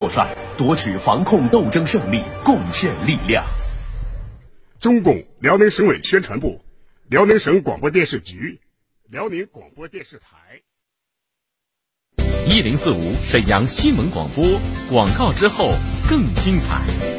作帅，夺取防控斗争胜利，贡献力量。 中共辽宁省委宣传部、辽宁省广播电视局、辽宁广播电视台。 1045沈阳新闻广播，广告之后更精彩。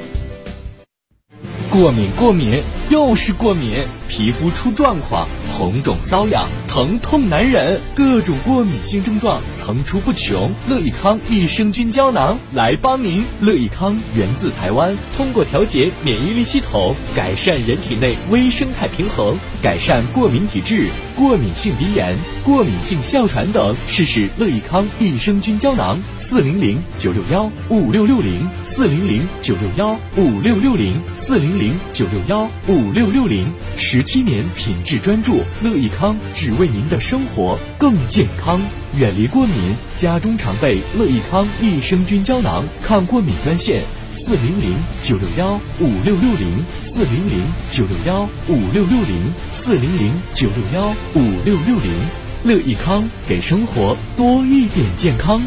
过敏又是过敏，皮肤出状况，红肿瘙痒，疼痛难忍，各种过敏性症状层出不穷。乐益康益生菌胶囊来帮您。乐益康源自台湾，通过调节免疫力系统，改善人体内微生态平衡，改善过敏体质、过敏性鼻炎、过敏性哮喘等。试试乐益康益生菌胶囊，400-961-5660，400-961-5660，400-961-5660，17年品质专注，乐益康只为您的生活更健康。远离过敏，家中常备乐益康益生菌胶囊，抗过敏专线400-961-5660，400-961-5660，400-961-5660。乐益康给生活多一点健康。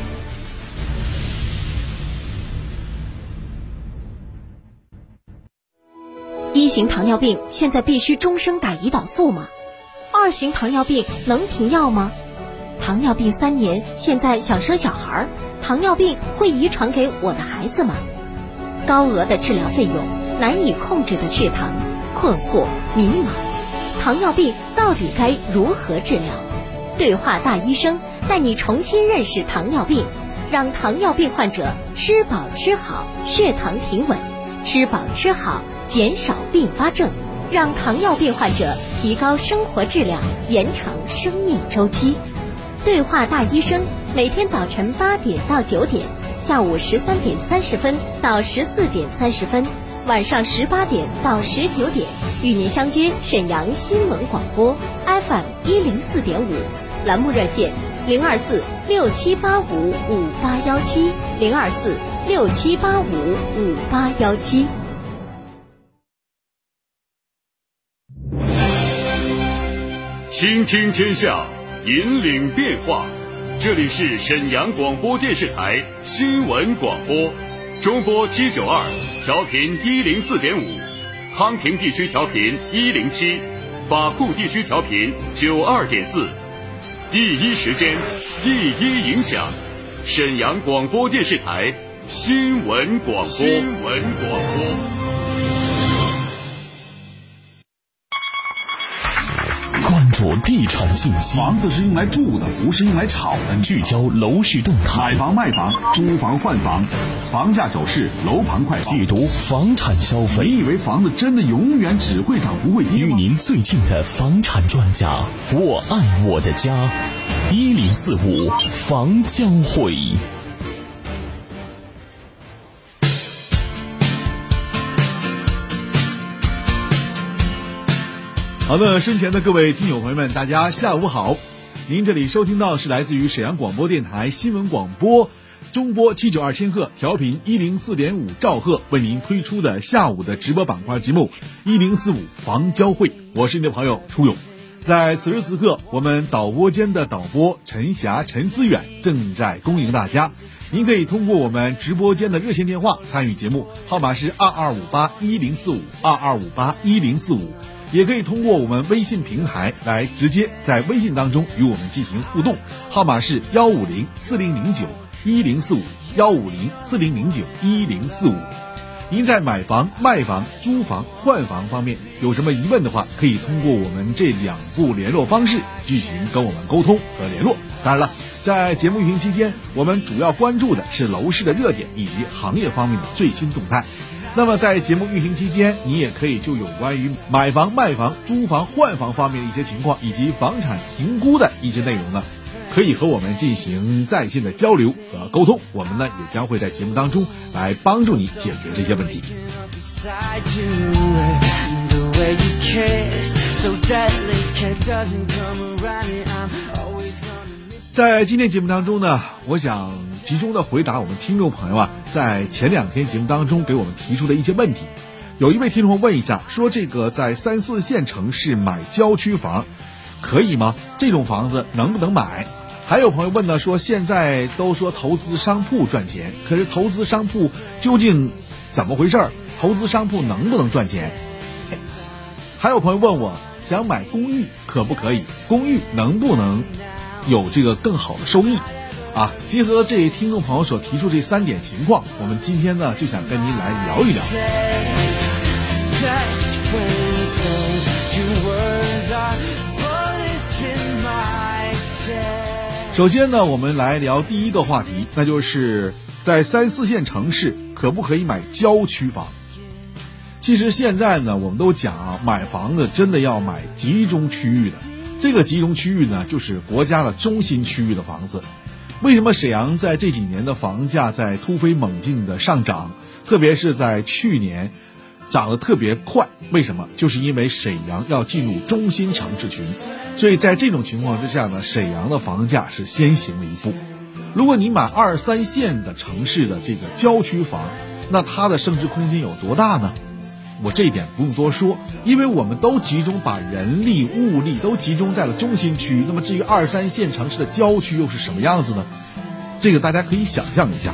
1型糖尿病现在必须终生打胰岛素吗？2型糖尿病能停药吗？糖尿病3年，现在想生小孩，糖尿病会遗传给我的孩子吗？高额的治疗费用，难以控制的血糖，困惑迷茫，糖尿病到底该如何治疗？对话大医生带你重新认识糖尿病，让糖尿病患者吃饱吃好，血糖平稳，吃饱吃好，减少并发症，让糖尿病患者提高生活质量，延长生命周期。对话大医生，每天早晨8点到9点，下午13点30分到14点30分，晚上18点到19点，与您相约沈阳新闻广播 FM 104.5，栏目热线024-6785-5817，024-6785-5817。 倾听天下，引领变化。这里是沈阳广播电视台新闻广播，中波792，调频104.5，康平地区调频107，法库地区调频92.4。第一时间，第一影响，沈阳广播电视台新闻广播。 关注地产信息， 房子是用来住的，不是用来炒的。 聚焦楼市动态， 买房卖房，租房换房，房价走势，楼盘快报， 解读房产消费。 你以为房子真的永远只会涨不会跌吗？ 与您最近的房产专家，我爱我的家，1045房交会。 好的，身前的各位听友朋友们，大家下午好。您这里收听到是来自于沈阳广播电台新闻广播中波792千赫，调频104.5兆赫，为您推出的下午的直播板块节目1045房交会。我是你的朋友初勇。在此时此刻，我们导播间的导播陈霞、陈思远正在恭迎大家。您可以通过我们直播间的热线电话参与节目，号码是22581045，22581045。也可以通过我们微信平台来直接在微信当中与我们进行互动，号码是15040091045，15040091045。您在买房、卖房、租房、换房方面有什么疑问的话，可以通过我们这2部联络方式进行跟我们沟通和联络。当然了，在节目运行期间，我们主要关注的是楼市的热点以及行业方面的最新动态。那么在节目运行期间，你也可以就有关于买房、卖房、租房、换房方面的一些情况，以及房产评估的一些内容呢，可以和我们进行在线的交流和沟通。我们呢也将会在节目当中来帮助你解决这些问题。在今天节目当中呢，我想集中的回答我们听众朋友啊，在前2天节目当中给我们提出的一些问题。有一位听众问一下，说这个在3、4线城市买郊区房可以吗？这种房子能不能买？ 还有朋友问呢，说现在都说投资商铺赚钱，可是投资商铺究竟怎么回事？投资商铺能不能赚钱？还有朋友问我，想买公寓可不可以？公寓能不能有这个更好的收益？结合这位听众朋友所提出这3点情况，我们今天呢就想跟您来聊一聊。首先呢，我们来聊第一个话题，那就是在3、4线城市可不可以买郊区房？其实现在呢，我们都讲买房子真的要买集中区域的。这个集中区域呢，就是国家的中心区域的房子。为什么沈阳在这几年的房价在突飞猛进的上涨，特别是在去年涨得特别快？为什么？就是因为沈阳要进入中心城市群，所以在这种情况之下呢，沈阳的房价是先行了一步。如果你买2、3线的城市的这个郊区房，那它的升值空间有多大呢？我这一点不用多说，因为我们都集中把人力物力都集中在了中心区，那么至于2、3线城市的郊区又是什么样子呢？这个大家可以想象一下。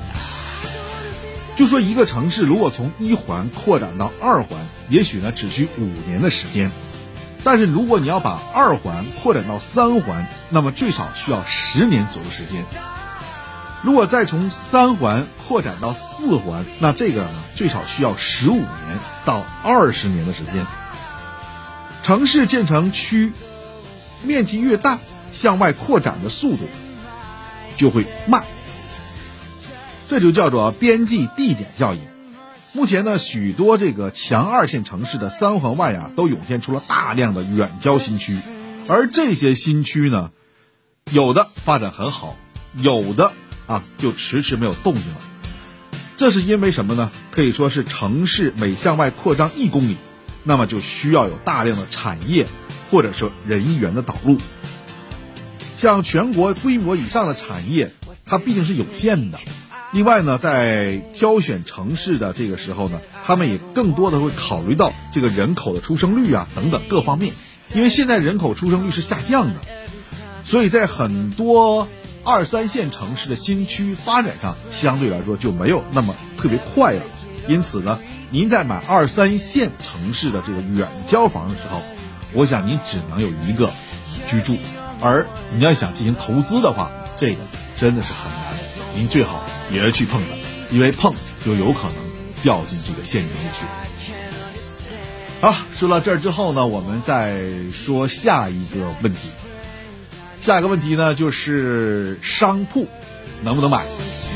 就说一个城市如果从1环扩展到2环，也许呢只需5年的时间，但是如果你要把2环扩展到3环，那么最少需要10年左右时间。如果再从3环扩展到4环，那这个呢最少需要15年到20年的时间。城市建成区面积越大，向外扩展的速度就会慢，这就叫做边际递减效应。目前呢，许多这个强2线城市的3环外都涌现出了大量的远郊新区，而这些新区呢，有的发展很好，有的就迟迟没有动静了。这是因为什么呢？可以说是城市每向外扩张1公里，那么就需要有大量的产业或者说人员的导入。像全国规模以上的产业，它毕竟是有限的。另外呢，在挑选城市的这个时候呢，他们也更多的会考虑到这个人口的出生率等等各方面。因为现在人口出生率是下降的，所以在很多2、3线城市的新区发展上相对来说就没有那么特别快了。因此呢，您在买2、3线城市的这个远郊房的时候，我想您只能有一个居住，而你要想进行投资的话，这个真的是很难，您最好别去碰的，因为碰就有可能掉进这个陷阱里去。好，说到这儿之后呢，我们再说下一个问题。下一个问题呢，就是商铺能不能买？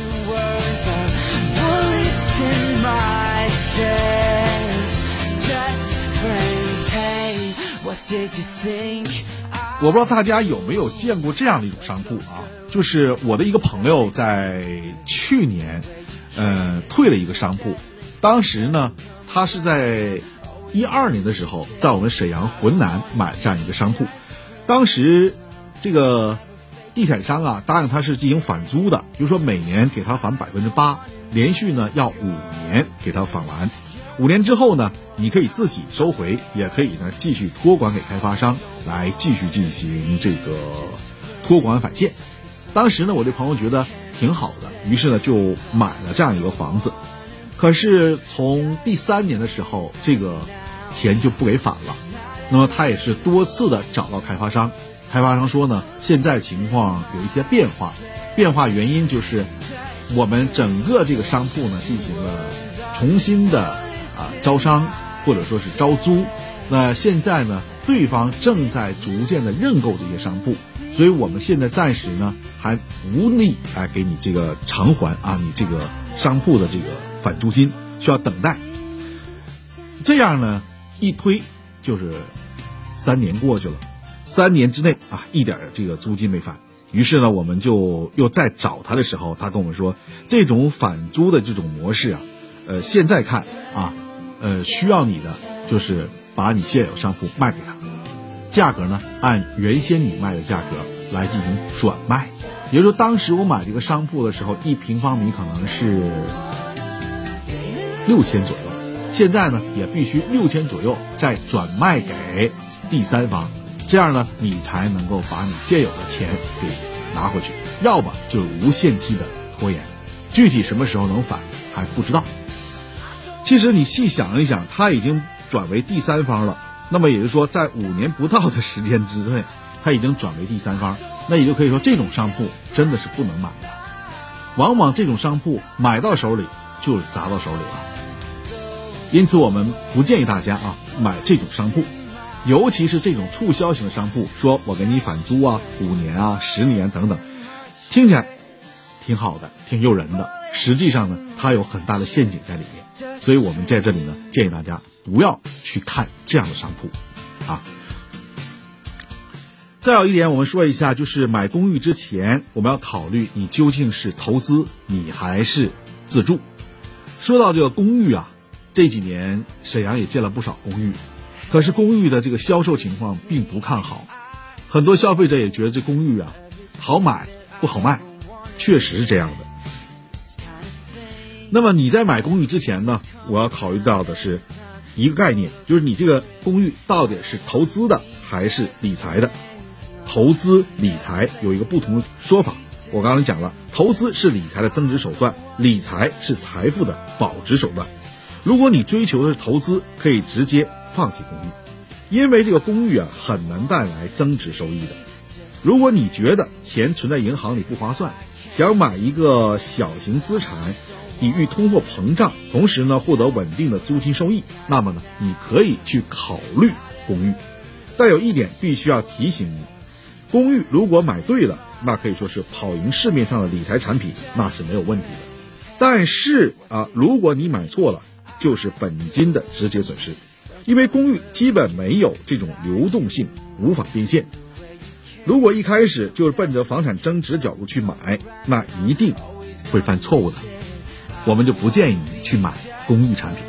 我不知道大家有没有见过这样的一种商铺就是我的一个朋友在去年退了一个商铺。当时呢，他是在12年的时候在我们沈阳浑南买这样一个商铺。当时这个地产商答应他是进行返租的，就是说每年给他返8%，连续呢要5年给他返完。5年之后呢，你可以自己收回，也可以呢继续托管给开发商来继续进行这个托管返现。当时呢，我这朋友觉得挺好的，于是呢就买了这样一个房子。可是从第3年的时候，这个钱就不给返了。那么他也是多次的找到开发商，开发商说呢，现在情况有一些变化，原因就是我们整个这个商铺呢进行了重新的招商或者说是招租。那现在呢，对方正在逐渐的认购这些商铺，所以我们现在暂时呢还无力来给你这个偿还你这个商铺的这个返租金，需要等待。这样呢一推就是3年过去了，3年之内一点这个租金没返。于是呢，我们就又再找他的时候，他跟我们说，这种返租的这种模式现在看需要你的就是把你现有商铺卖给他，价格呢按原先你卖的价格来进行转卖。也就是说，当时我买这个商铺的时候，1平方米可能是6000左右，现在呢也必须6000左右再转卖给第三方，这样呢你才能够把你现有的钱给拿回去，要么就无限期的拖延，具体什么时候能返还不知道。其实你细想一想，他已经转为第三方了，那么也就是说在5年不到的时间之内，他已经转为第三方，那也就可以说这种商铺真的是不能买的。往往这种商铺买到手里就是砸到手里了，因此我们不建议大家买这种商铺，尤其是这种促销型的商铺，说我给你返租5年10年等等，听起来挺好的，挺诱人的，实际上呢它有很大的陷阱在里面，所以我们在这里呢建议大家不要去看这样的商铺再有一点我们说一下，就是买公寓之前我们要考虑你究竟是投资你还是自住。说到这个公寓这几年沈阳也建了不少公寓，可是公寓的这个销售情况并不看好，很多消费者也觉得这公寓好买不好卖，确实是这样的。那么你在买公寓之前呢，我要考虑到的是一个概念，就是你这个公寓到底是投资的还是理财的。投资理财有一个不同的说法，我刚才讲了，投资是理财的增值手段，理财是财富的保值手段。如果你追求的是投资，可以直接放弃公寓，因为这个公寓很难带来增值收益的。如果你觉得钱存在银行里不划算，想买一个小型资产抵御通货膨胀，同时呢获得稳定的租金收益，那么呢你可以去考虑公寓。但有一点必须要提醒你，公寓如果买对了，那可以说是跑赢市面上的理财产品，那是没有问题的。但是如果你买错了，就是本金的直接损失，因为公寓基本没有这种流动性，无法变现。如果一开始就是奔着房产增值角度去买，那一定会犯错误的，我们就不建议你去买公寓产品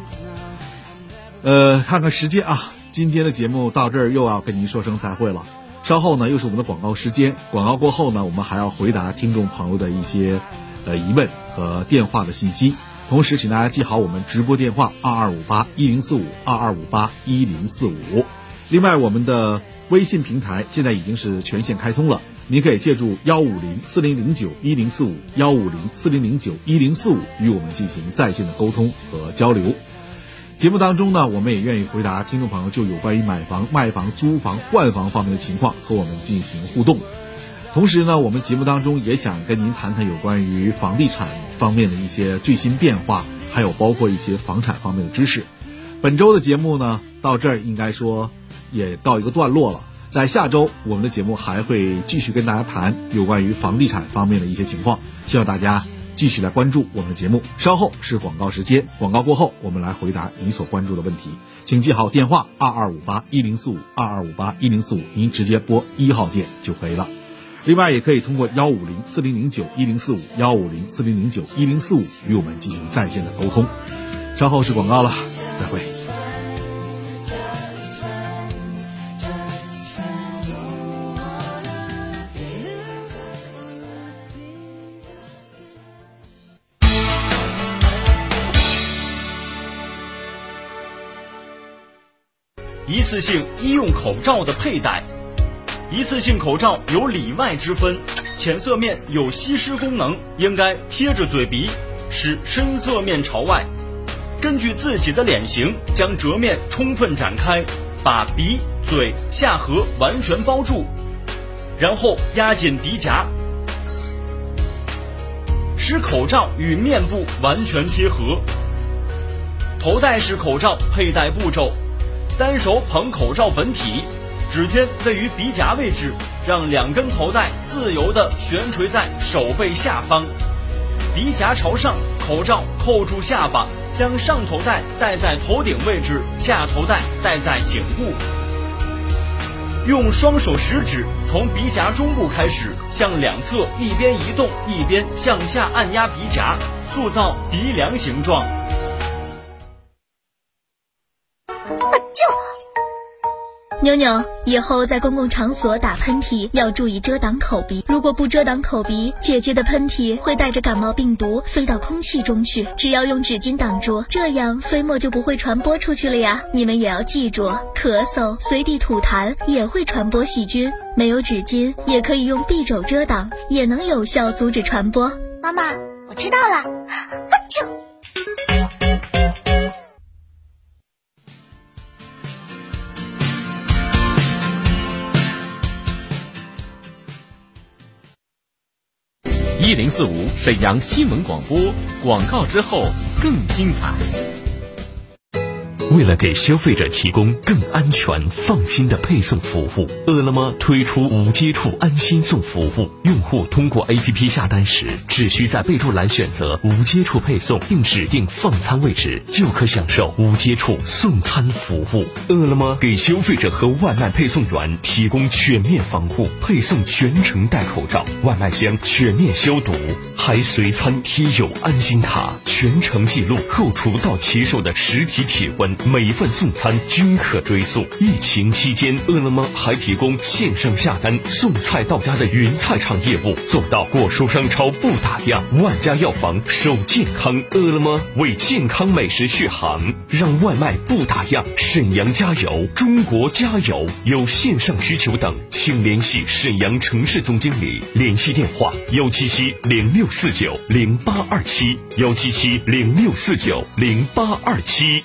了。看看时间今天的节目到这儿又要跟您说声再会了。稍后呢又是我们的广告时间，广告过后呢我们还要回答听众朋友的一些疑问和电话的信息。同时请大家记好我们直播电话22581045 22581045。另外我们的微信平台现在已经是全线开通了，您可以借助15040091045 15040091045与我们进行在线的沟通和交流。节目当中呢，我们也愿意回答听众朋友就有关于买房、卖房、租房、换房方面的情况和我们进行互动。同时呢，我们节目当中也想跟您谈谈有关于房地产方面的一些最新变化，还有包括一些房产方面的知识。本周的节目呢，到这儿应该说也告一个段落了。在下周我们的节目还会继续跟大家谈有关于房地产方面的一些情况，希望大家继续来关注我们的节目。稍后是广告时间，广告过后我们来回答你所关注的问题。请记好电话22581045 22581045，您直接拨1号键就可以了。另外也可以通过15040091045 15040091045与我们进行在线的沟通。稍后是广告了，再会。 一次性医用口罩的佩戴。一次性口罩有里外之分，浅色面有吸湿功能，应该贴着嘴鼻，使深色面朝外。根据自己的脸型，将折面充分展开，把鼻、嘴、下颌完全包住，然后压紧鼻夹，使口罩与面部完全贴合。头戴式口罩佩戴步骤：单手捧口罩本体，指尖位于鼻夹位置，让2根头带自由地悬垂在手背下方，鼻夹朝上，口罩扣住下巴，将上头带戴在头顶位置，下头带戴在颈部。用双手食指从鼻夹中部开始，向两侧一边移动一边向下按压鼻夹，塑造鼻梁形状。 妞妞，以后在公共场所打喷嚏要注意遮挡口鼻，如果不遮挡口鼻，姐姐的喷嚏会带着感冒病毒飞到空气中去，只要用纸巾挡住，这样飞沫就不会传播出去了呀。你们也要记住，咳嗽、随地吐痰也会传播细菌，没有纸巾也可以用匕首遮挡，也能有效阻止传播。 妈妈，我知道了。 1045沈阳新闻广播，广告之后更精彩。为了给消费者提供更安全放心的配送服务，饿了么推出无接触安心送服务。用户通过 APP 下单时，只需在备注栏选择无接触配送，并指定放餐位置，就可享受无接触送餐服务。饿了么给消费者和外卖配送员提供全面防护，配送全程戴口罩，外卖箱全面消毒，还随餐贴有安心卡，全程记录后厨到骑手的实体体温，每一份送餐均可追溯。疫情期间，饿了么还提供线上下单送菜到家的云菜场业务，做到果蔬商超不打烊，万家药房守健康。饿了么为健康美食续航，让外卖不打烊。沈阳加油，中国加油！有线上需求等，请联系沈阳城市总经理，联系电话17706490827，17706490827。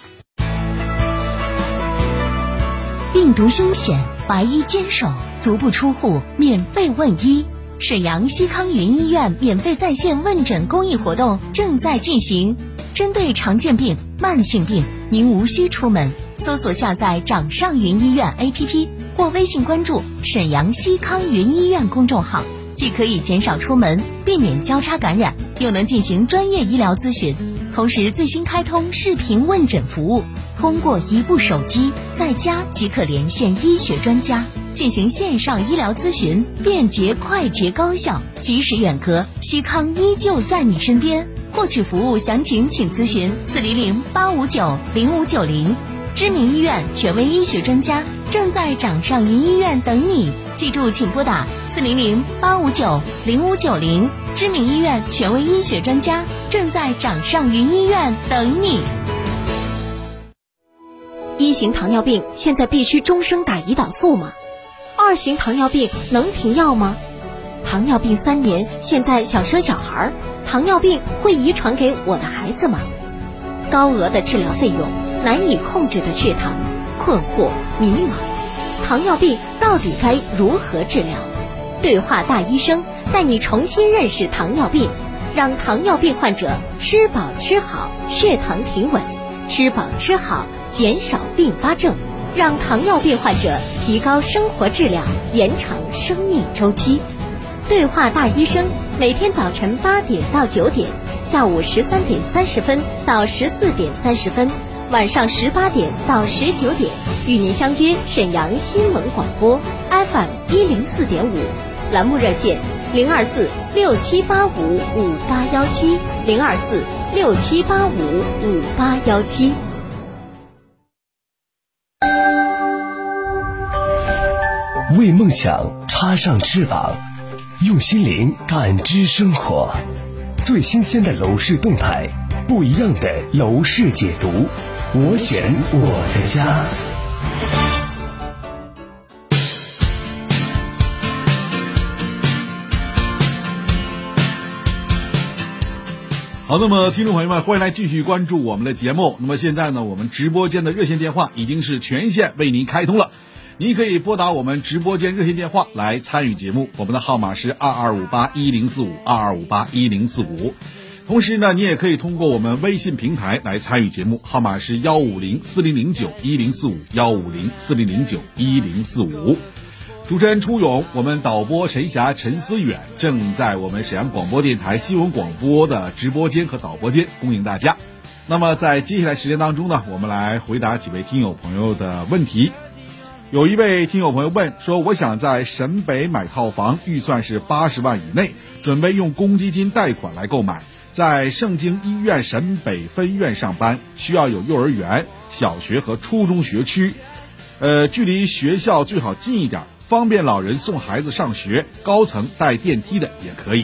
病毒凶险，白衣坚守，足不出户免费问医。沈阳西康云医院免费在线问诊公益活动正在进行，针对常见病、慢性病，您无需出门，搜索下载掌上云医院 APP 或微信关注沈阳西康云医院公众号，既可以减少出门，避免交叉感染，又能进行专业医疗咨询。同时最新开通视频问诊服务，通过一部手机，在家即可连线医学专家，进行线上医疗咨询，便捷、快捷、高效，即使远隔，西康依旧在你身边。获取服务详情请咨询400-859-0590。知名医院权威医学专家正在掌上云医院等你，记住请拨打400-859-0590。知名医院权威医学专家正在掌上云医院等你。1型糖尿病现在必须终生打胰岛素吗？2型糖尿病能停药吗？糖尿病3年，现在想生小孩，糖尿病会遗传给我的孩子吗？高额的治疗费用，难以控制的血糖，困惑迷茫，糖尿病到底该如何治疗？对话大医生带你重新认识糖尿病，让糖尿病患者吃饱吃好，血糖平稳，吃饱吃好，减少并发症，让糖尿病患者提高生活质量，延长生命周期。对话大医生每天早晨8点到9点，下午13点30分到14点30分，晚上18点到19点，与您相约沈阳新闻广播 FM 104.5，栏目热线024-6785-5817，024-6785-5817。 为梦想插上翅膀，用心灵感知生活，最新鲜的楼市动态，不一样的楼市解读，我选我的家。 好，那么听众朋友们，欢迎来继续关注我们的节目。那么现在呢，我们直播间的热线电话已经是全线为您开通了，您可以拨打我们直播间热线电话来参与节目，我们的号码是22581045，22581045。同时呢，你也可以通过我们微信平台来参与节目，号码是15040091045，15040091045。主持人初勇，我们导播陈霞、陈思远正在我们沈阳广播电台新闻广播的直播间和导播间恭迎大家。那么在接下来时间当中呢，我们来回答几位听友朋友的问题。有一位听友朋友问说，我想在沈北买套房，预算是80万以内，准备用公积金贷款来购买，在盛京医院沈北分院上班，需要有幼儿园、小学和初中学区。 距离学校最好近一点，方便老人送孩子上学，高层带电梯的也可以。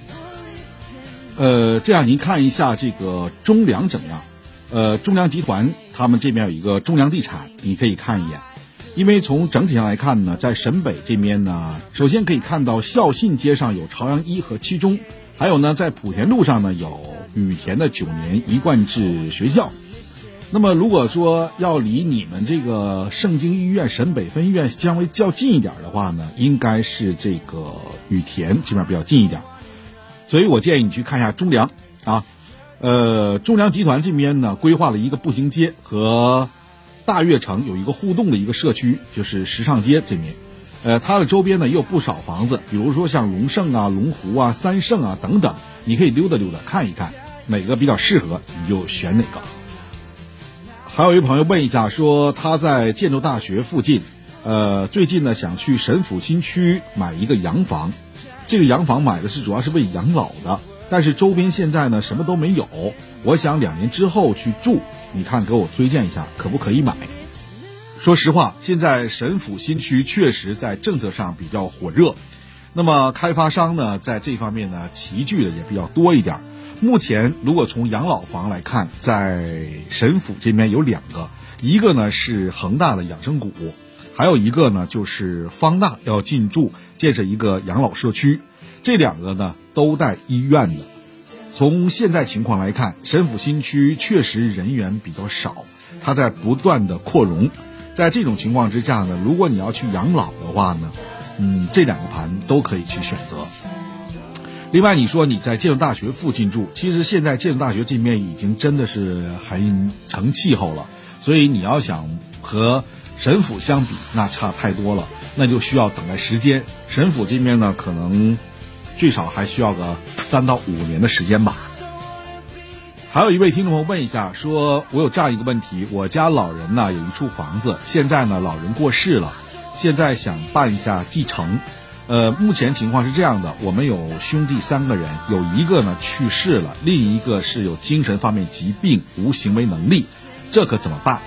这样您看一下这个中粮怎么样？中粮集团他们这边有一个中粮地产，你可以看一眼。因为从整体上来看呢，在沈北这边呢，首先可以看到孝信街上有朝阳1和7中，还有呢在莆田路上呢有羽田的9年一贯制学校。那么如果说要离你们这个盛京医院沈北分医院稍微较近一点的话呢，应该是这个羽田这边比较近一点，所以我建议你去看一下中粮啊。中粮集团这边呢规划了一个步行街和大悦城有一个互动的一个社区，就是时尚街这边。它的周边呢也有不少房子，比如说像龙盛啊、龙湖啊、三盛啊等等，你可以溜达溜达看一看，哪个比较适合你就选哪个。还有一位朋友问一下，说他在建州大学附近，最近呢想去沈府新区买一个洋房，这个洋房买的是主要是为养老的，但是周边现在呢什么都没有，我想2年之后去住，你看给我推荐一下可不可以买。说实话，现在沈府新区确实在政策上比较火热，那么开发商呢在这方面呢齐聚的也比较多一点。目前如果从养老房来看，在沈府这边有2个，一个呢是恒大的养生谷，还有一个呢就是方大要进驻建设一个养老社区，这2个呢都带医院的。从现在情况来看，沈府新区确实人员比较少，它在不断的扩容。在这种情况之下呢，如果你要去养老的话呢，这2个盘都可以去选择。另外你说你在建州大学附近住，其实现在建州大学这边已经真的是很成气候了，所以你要想和沈府相比那差太多了，那就需要等待时间。沈府这边呢可能最少还需要个3到5年的时间吧。还有一位听众朋友问一下，说我有这样一个问题，我家老人呢有一处房子，现在呢老人过世了，现在想办一下继承。目前情况是这样的，我们有兄弟3个人，有一个呢去世了，另一个是有精神方面疾病，无行为能力，这可怎么办？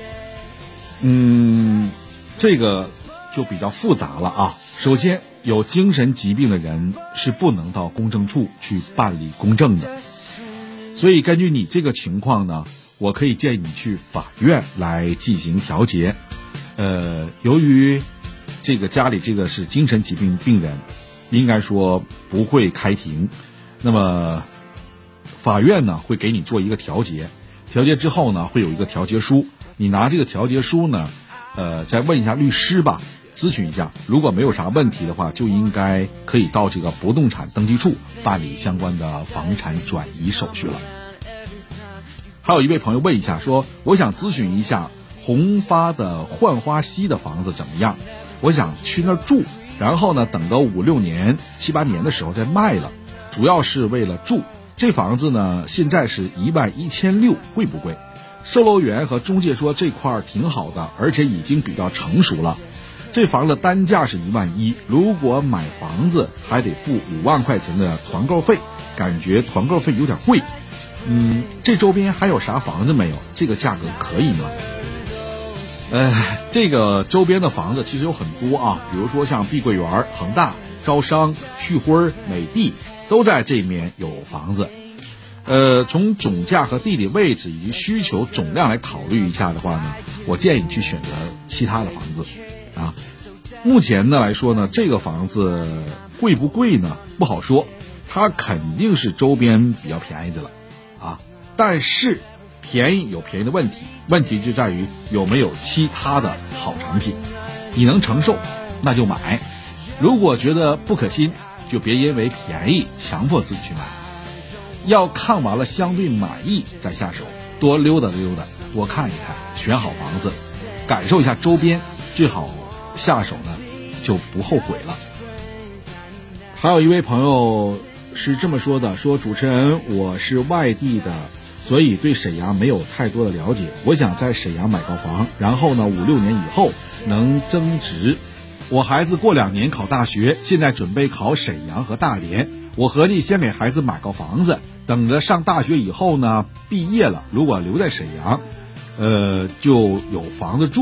这个就比较复杂了啊。首先，有精神疾病的人是不能到公证处去办理公证的，所以根据你这个情况呢，我可以建议你去法院来进行调解。由于这个家里这个是精神疾病病人，应该说不会开庭，那么法院呢会给你做一个调解，调解之后呢会有一个调解书，你拿这个调解书呢再问一下律师吧，咨询一下，如果没有啥问题的话，就应该可以到这个不动产登记处办理相关的房产转移手续了。还有一位朋友问一下，说我想咨询一下宏发的浣花溪的房子怎么样，我想去那儿住，然后呢等到5、6年、7、8年的时候再卖了，主要是为了住。这房子呢现在是11600，贵不贵？售楼员和中介说这块挺好的，而且已经比较成熟了。这房子单价是11000，如果买房子还得付5万块钱的团购费，感觉团购费有点贵。这周边还有啥房子没有？这个价格可以吗？这个周边的房子其实有很多啊，比如说像碧桂园、恒大、招商、旭辉、美的都在这面有房子。从总价和地理位置以及需求总量来考虑一下的话呢，我建议你去选择其他的房子啊。目前呢来说呢，这个房子贵不贵呢？不好说，它肯定是周边比较便宜的了啊。但是便宜有便宜的问题，问题就在于有没有其他的好产品，你能承受那就买，如果觉得不可心，就别因为便宜强迫自己去买。要看完了相对满意再下手，多溜达溜达，多看一看，选好房子，感受一下周边，最好下手呢就不后悔了。还有一位朋友是这么说的，说主持人，我是外地的，所以对沈阳没有太多的了解，我想在沈阳买套房，然后呢5、6年以后能增值。我孩子过2年考大学，现在准备考沈阳和大连，我合计先给孩子买个房子，等着上大学以后呢毕业了，如果留在沈阳就有房子住了。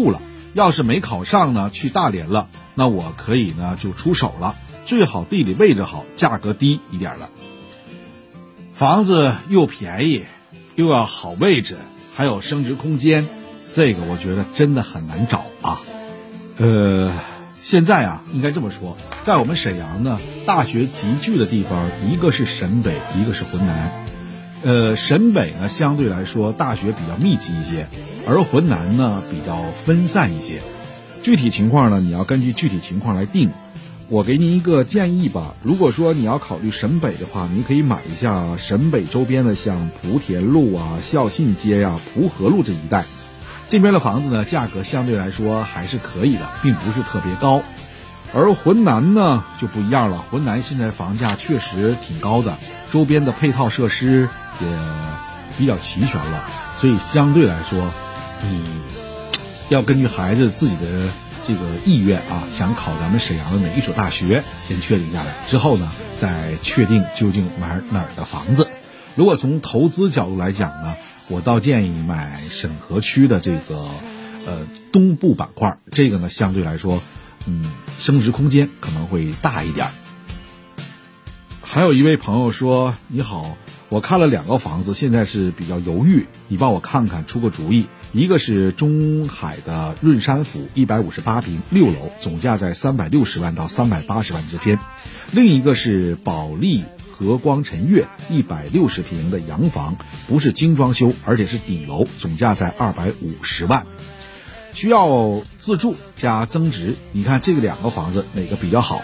要是没考上呢，去大连了，那我可以呢就出手了，最好地理位置好，价格低一点了。房子又便宜，又要好位置，还有升值空间，这个我觉得真的很难找啊。现在啊，应该这么说，在我们沈阳呢，大学集聚的地方，一个是沈北，一个是浑南。沈北呢相对来说大学比较密集一些，而浑南呢比较分散一些。具体情况呢，你要根据具体情况来定。我给你一个建议吧，如果说你要考虑沈北的话，你可以买一下沈北周边的像莆田路啊、孝信街呀、蒲河路这一带。这边的房子呢，价格相对来说还是可以的，并不是特别高。而浑南呢就不一样了，浑南现在房价确实挺高的，周边的配套设施也比较齐全了，所以相对来说，要根据孩子自己的这个意愿啊，想考咱们沈阳的哪一所大学，先确定下来之后呢，再确定究竟买哪儿的房子。如果从投资角度来讲呢，我倒建议买沈河区的这个东部板块，这个呢相对来说升值空间可能会大一点。还有一位朋友说，你好，我看了2个房子，现在是比较犹豫，你帮我看看出个主意。一个是中海的润山府158平6楼，总价在360万到380万之间。另一个是保利和光晨悦160平的洋房，不是精装修，而且是顶楼，总价在250万。需要自住加增值，你看这个2个房子哪个比较好？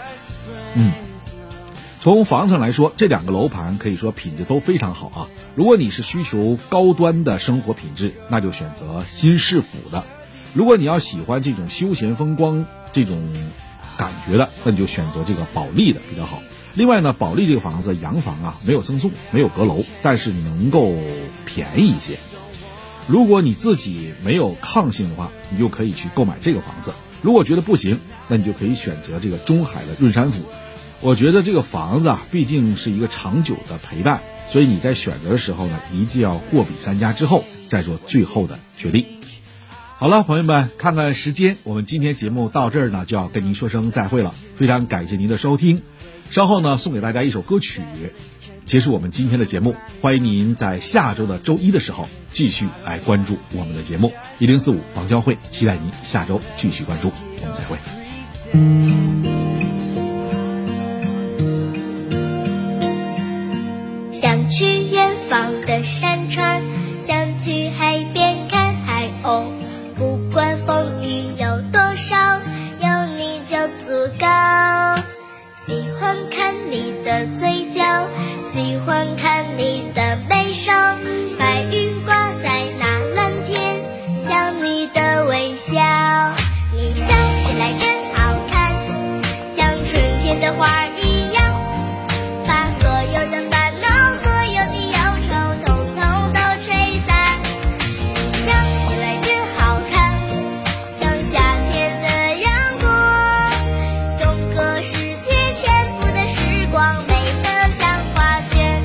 从房子上来说，这2个楼盘可以说品质都非常好啊。如果你是需求高端的生活品质，那就选择新市府的；如果你要喜欢这种休闲风光这种感觉的，那你就选择这个保利的比较好。另外呢，保利这个房子洋房啊，没有赠送，没有阁楼，但是能够便宜一些。如果你自己没有抗性的话，你就可以去购买这个房子。如果觉得不行，那你就可以选择这个中海的润山府。我觉得这个房子啊，毕竟是一个长久的陪伴，所以你在选择的时候呢，一定要货比三家之后再做最后的决定。好了，朋友们，看看时间，我们今天节目到这儿呢，就要跟您说声再会了。非常感谢您的收听，稍后呢送给大家一首歌曲，结束我们今天的节目。欢迎您在下周的周一的时候继续来关注我们的节目。1045房交会，期待您下周继续关注，我们再会。 想去远方的山川，想去海边看海鸥，不管风雨有多少，有你就足够。喜欢看你的嘴角，喜欢看你的悲伤，白云挂在那蓝天，像你的微笑。你笑起来真好看，像春天的花一样，把所有的烦恼，所有的忧愁统统都吹散。你笑起来真好看，像夏天的阳光，整个世界全部的时光美得像画卷。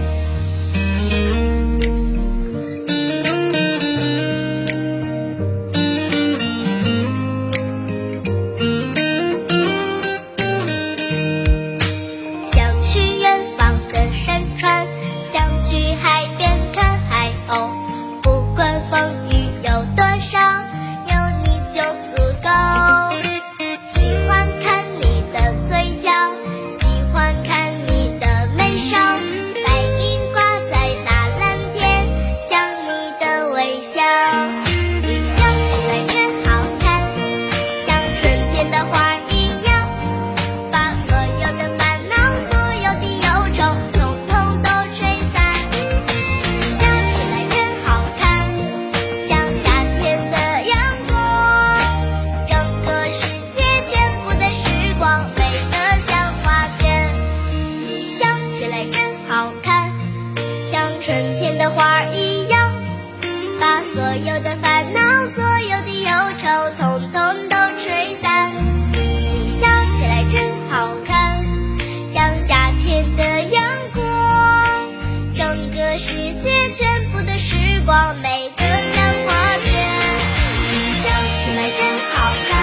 想去远方的山川，想去海边看海鸥，不管风雨有多少，有你就足够。喜欢看你的嘴角，喜欢看你的眉梢，白云挂在那蓝天，像你的微笑。你笑起来真好看，像春天的花一样，把所有的烦恼，所有的忧愁统统都吹散。你笑起来真好看，像夏天的阳光，整个世界全部的时光美得像画卷。你笑起来真好看，像春天的花一样，把所有的烦恼，所有的忧愁统统都吹散。你笑起来真好看，像夏天的阳光，整个世界全部的时光美得像画卷。你笑起来真好看。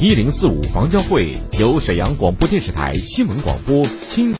1045防交会由沈阳广播电视台新闻广播亲。